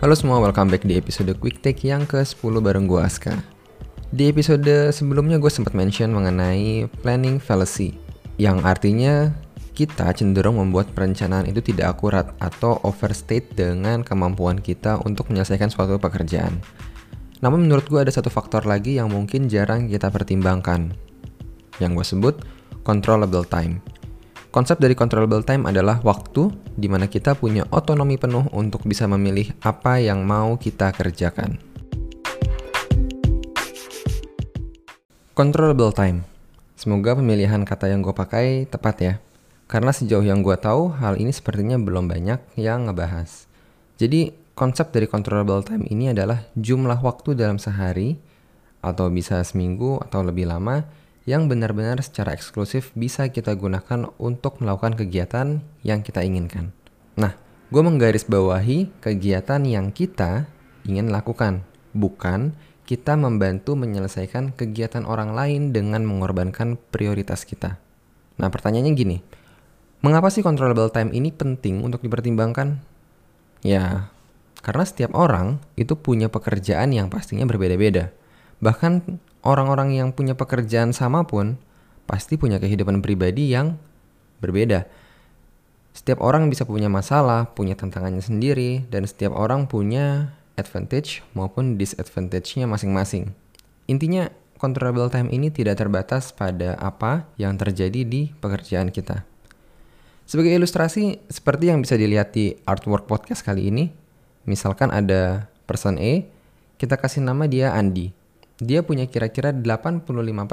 Halo semua, welcome back di episode Quick Take yang ke-10 bareng gue Aska. Di episode sebelumnya gue sempat mention mengenai planning fallacy, yang artinya kita cenderung membuat perencanaan itu tidak akurat atau overstate dengan kemampuan kita untuk menyelesaikan suatu pekerjaan. Namun menurut gue ada satu faktor lagi yang mungkin jarang kita pertimbangkan, yang gue sebut controllable time. Konsep dari controllable time adalah waktu di mana kita punya otonomi penuh untuk bisa memilih apa yang mau kita kerjakan. Controllable time. Semoga pemilihan kata yang gue pakai tepat ya. Karena sejauh yang gue tahu, hal ini sepertinya belum banyak yang ngebahas. Jadi, konsep dari controllable time ini adalah jumlah waktu dalam sehari, atau bisa seminggu atau lebih lama, yang benar-benar secara eksklusif bisa kita gunakan untuk melakukan kegiatan yang kita inginkan. Nah, gue menggarisbawahi kegiatan yang kita ingin lakukan, bukan kita membantu menyelesaikan kegiatan orang lain dengan mengorbankan prioritas kita. Nah, pertanyaannya gini, mengapa sih controllable time ini penting untuk dipertimbangkan? Ya, karena setiap orang itu punya pekerjaan yang pastinya berbeda-beda. Bahkan orang-orang yang punya pekerjaan sama pun pasti punya kehidupan pribadi yang berbeda. Setiap orang bisa punya masalah, punya tantangannya sendiri, dan setiap orang punya advantage maupun disadvantage-nya masing-masing. Intinya, controllable time ini tidak terbatas pada apa yang terjadi di pekerjaan kita. Sebagai ilustrasi, seperti yang bisa dilihat di artwork podcast kali ini, misalkan ada person A, kita kasih nama dia Andi. Dia punya kira-kira 85%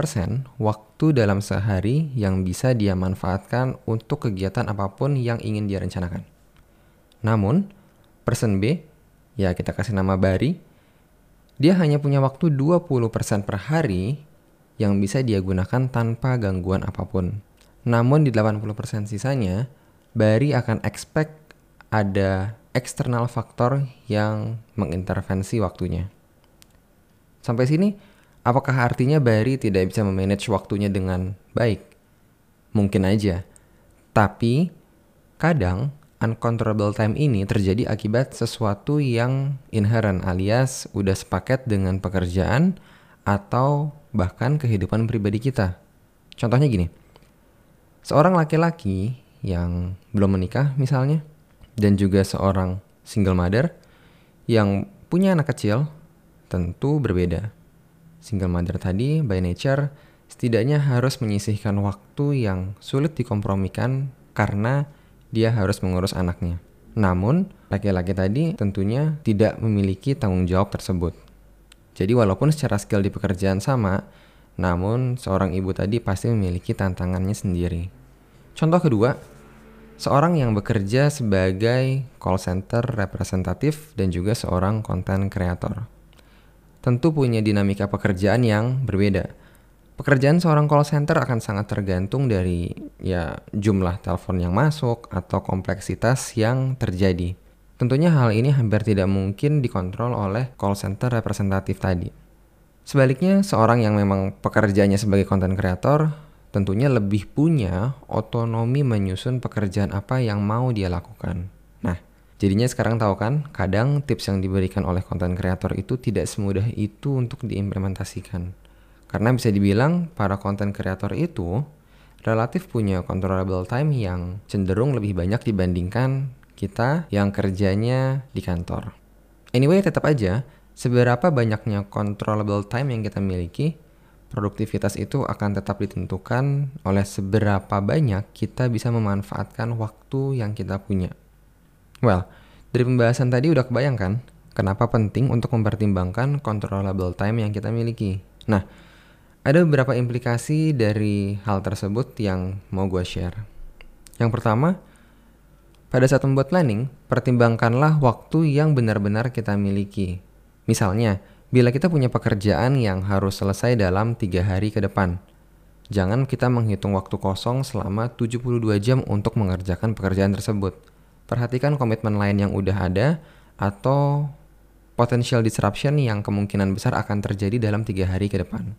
waktu dalam sehari yang bisa dia manfaatkan untuk kegiatan apapun yang ingin dia rencanakan. Namun, person B, ya kita kasih nama Bari, dia hanya punya waktu 20% per hari yang bisa dia gunakan tanpa gangguan apapun. Namun di 80% sisanya, Bari akan expect ada eksternal faktor yang mengintervensi waktunya. Sampai sini, apakah artinya Bari tidak bisa memanage waktunya dengan baik? Mungkin aja. Tapi, kadang uncontrollable time ini terjadi akibat sesuatu yang inherent alias udah sepaket dengan pekerjaan atau bahkan kehidupan pribadi kita. Contohnya gini, seorang laki-laki yang belum menikah misalnya, dan juga seorang single mother yang punya anak kecil, tentu berbeda. Single mother tadi, by nature, setidaknya harus menyisihkan waktu yang sulit dikompromikan karena dia harus mengurus anaknya. Namun, laki-laki tadi tentunya tidak memiliki tanggung jawab tersebut. Jadi walaupun secara skill di pekerjaan sama, namun seorang ibu tadi pasti memiliki tantangannya sendiri. Contoh kedua, seorang yang bekerja sebagai call center representatif dan juga seorang content creator. Tentu punya dinamika pekerjaan yang berbeda. Pekerjaan seorang call center akan sangat tergantung dari jumlah telepon yang masuk atau kompleksitas yang terjadi. Tentunya hal ini hampir tidak mungkin dikontrol oleh call center representatif tadi. Sebaliknya, seorang yang memang pekerjaannya sebagai content creator tentunya lebih punya otonomi menyusun pekerjaan apa yang mau dia lakukan. Nah, jadinya sekarang tahu kan, kadang tips yang diberikan oleh content creator itu tidak semudah itu untuk diimplementasikan. Karena bisa dibilang para content creator itu relatif punya controllable time yang cenderung lebih banyak dibandingkan kita yang kerjanya di kantor. Anyway, tetap aja, seberapa banyaknya controllable time yang kita miliki, produktivitas itu akan tetap ditentukan oleh seberapa banyak kita bisa memanfaatkan waktu yang kita punya. Well, dari pembahasan tadi udah kebayangkan kenapa penting untuk mempertimbangkan controllable time yang kita miliki. Nah, ada beberapa implikasi dari hal tersebut yang mau gue share. Yang pertama, pada saat membuat planning, pertimbangkanlah waktu yang benar-benar kita miliki. Misalnya, bila kita punya pekerjaan yang harus selesai dalam 3 hari ke depan, jangan kita menghitung waktu kosong selama 72 jam untuk mengerjakan pekerjaan tersebut. Perhatikan komitmen lain yang udah ada atau potential disruption yang kemungkinan besar akan terjadi dalam 3 hari ke depan.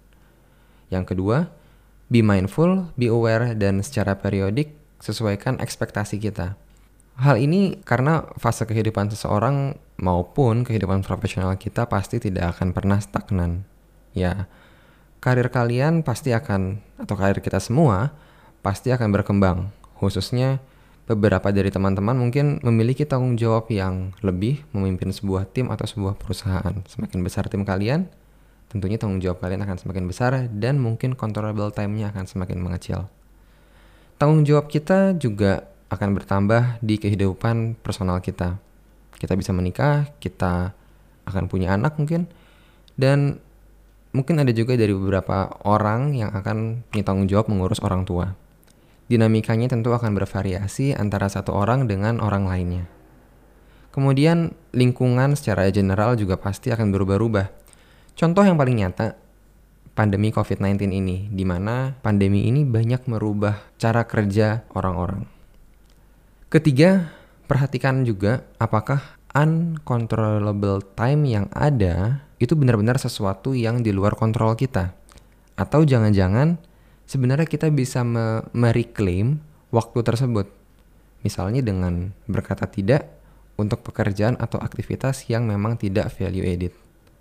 Yang kedua, be mindful, be aware, dan secara periodik sesuaikan ekspektasi kita. Hal ini karena fase kehidupan seseorang maupun kehidupan profesional kita pasti tidak akan pernah stagnan. Ya, karir kalian pasti akan, atau karir kita semua, pasti akan berkembang. Khususnya beberapa dari teman-teman mungkin memiliki tanggung jawab yang lebih memimpin sebuah tim atau sebuah perusahaan. Semakin besar tim kalian, tentunya tanggung jawab kalian akan semakin besar dan mungkin controllable time-nya akan semakin mengecil. Tanggung jawab kita juga akan bertambah di kehidupan personal kita. Kita bisa menikah, kita akan punya anak mungkin, dan mungkin ada juga dari beberapa orang yang akan punya tanggung jawab mengurus orang tua. Dinamikanya tentu akan bervariasi antara satu orang dengan orang lainnya. Kemudian lingkungan secara general juga pasti akan berubah-ubah. Contoh yang paling nyata, pandemi COVID-19 ini, di mana pandemi ini banyak merubah cara kerja orang-orang. Ketiga, perhatikan juga apakah uncontrollable time yang ada itu benar-benar sesuatu yang di luar kontrol kita. Atau jangan-jangan sebenarnya kita bisa mereclaim waktu tersebut. Misalnya dengan berkata tidak untuk pekerjaan atau aktivitas yang memang tidak value added.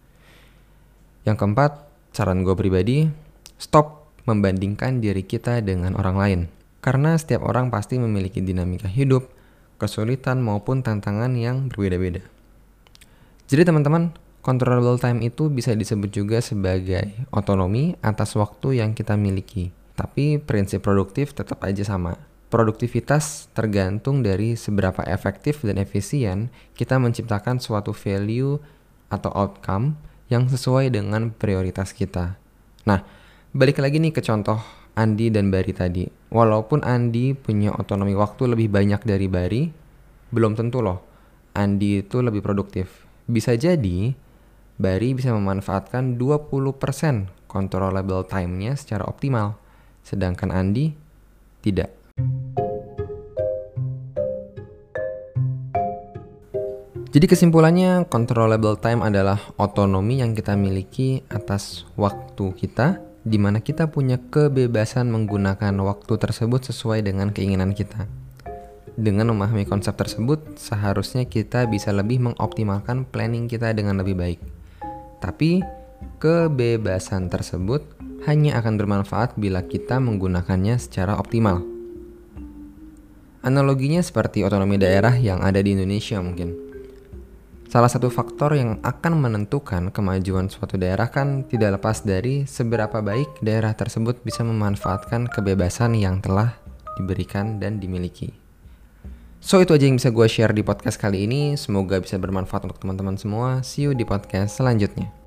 Yang keempat, saran gue pribadi, stop membandingkan diri kita dengan orang lain. Karena setiap orang pasti memiliki dinamika hidup, kesulitan maupun tantangan yang berbeda-beda. Jadi teman-teman, controllable time itu bisa disebut juga sebagai otonomi atas waktu yang kita miliki. Tapi prinsip produktif tetap aja sama. Produktivitas tergantung dari seberapa efektif dan efisien kita menciptakan suatu value atau outcome yang sesuai dengan prioritas kita. Nah, balik lagi nih ke contoh Andi dan Bari tadi. Walaupun Andi punya otonomi waktu lebih banyak dari Bari, belum tentu loh Andi itu lebih produktif. Bisa jadi Bari bisa memanfaatkan 20% controllable time-nya secara optimal, sedangkan Andi tidak. Jadi kesimpulannya, controllable time adalah otonomi yang kita miliki atas waktu kita, di mana kita punya kebebasan menggunakan waktu tersebut sesuai dengan keinginan kita. Dengan memahami konsep tersebut, seharusnya kita bisa lebih mengoptimalkan planning kita dengan lebih baik. Tapi, kebebasan tersebut hanya akan bermanfaat bila kita menggunakannya secara optimal. Analoginya seperti otonomi daerah yang ada di Indonesia mungkin. Salah satu faktor yang akan menentukan kemajuan suatu daerah kan tidak lepas dari seberapa baik daerah tersebut bisa memanfaatkan kebebasan yang telah diberikan dan dimiliki. So itu aja yang bisa gue share di podcast kali ini. Semoga bisa bermanfaat untuk teman-teman semua. See you di podcast selanjutnya.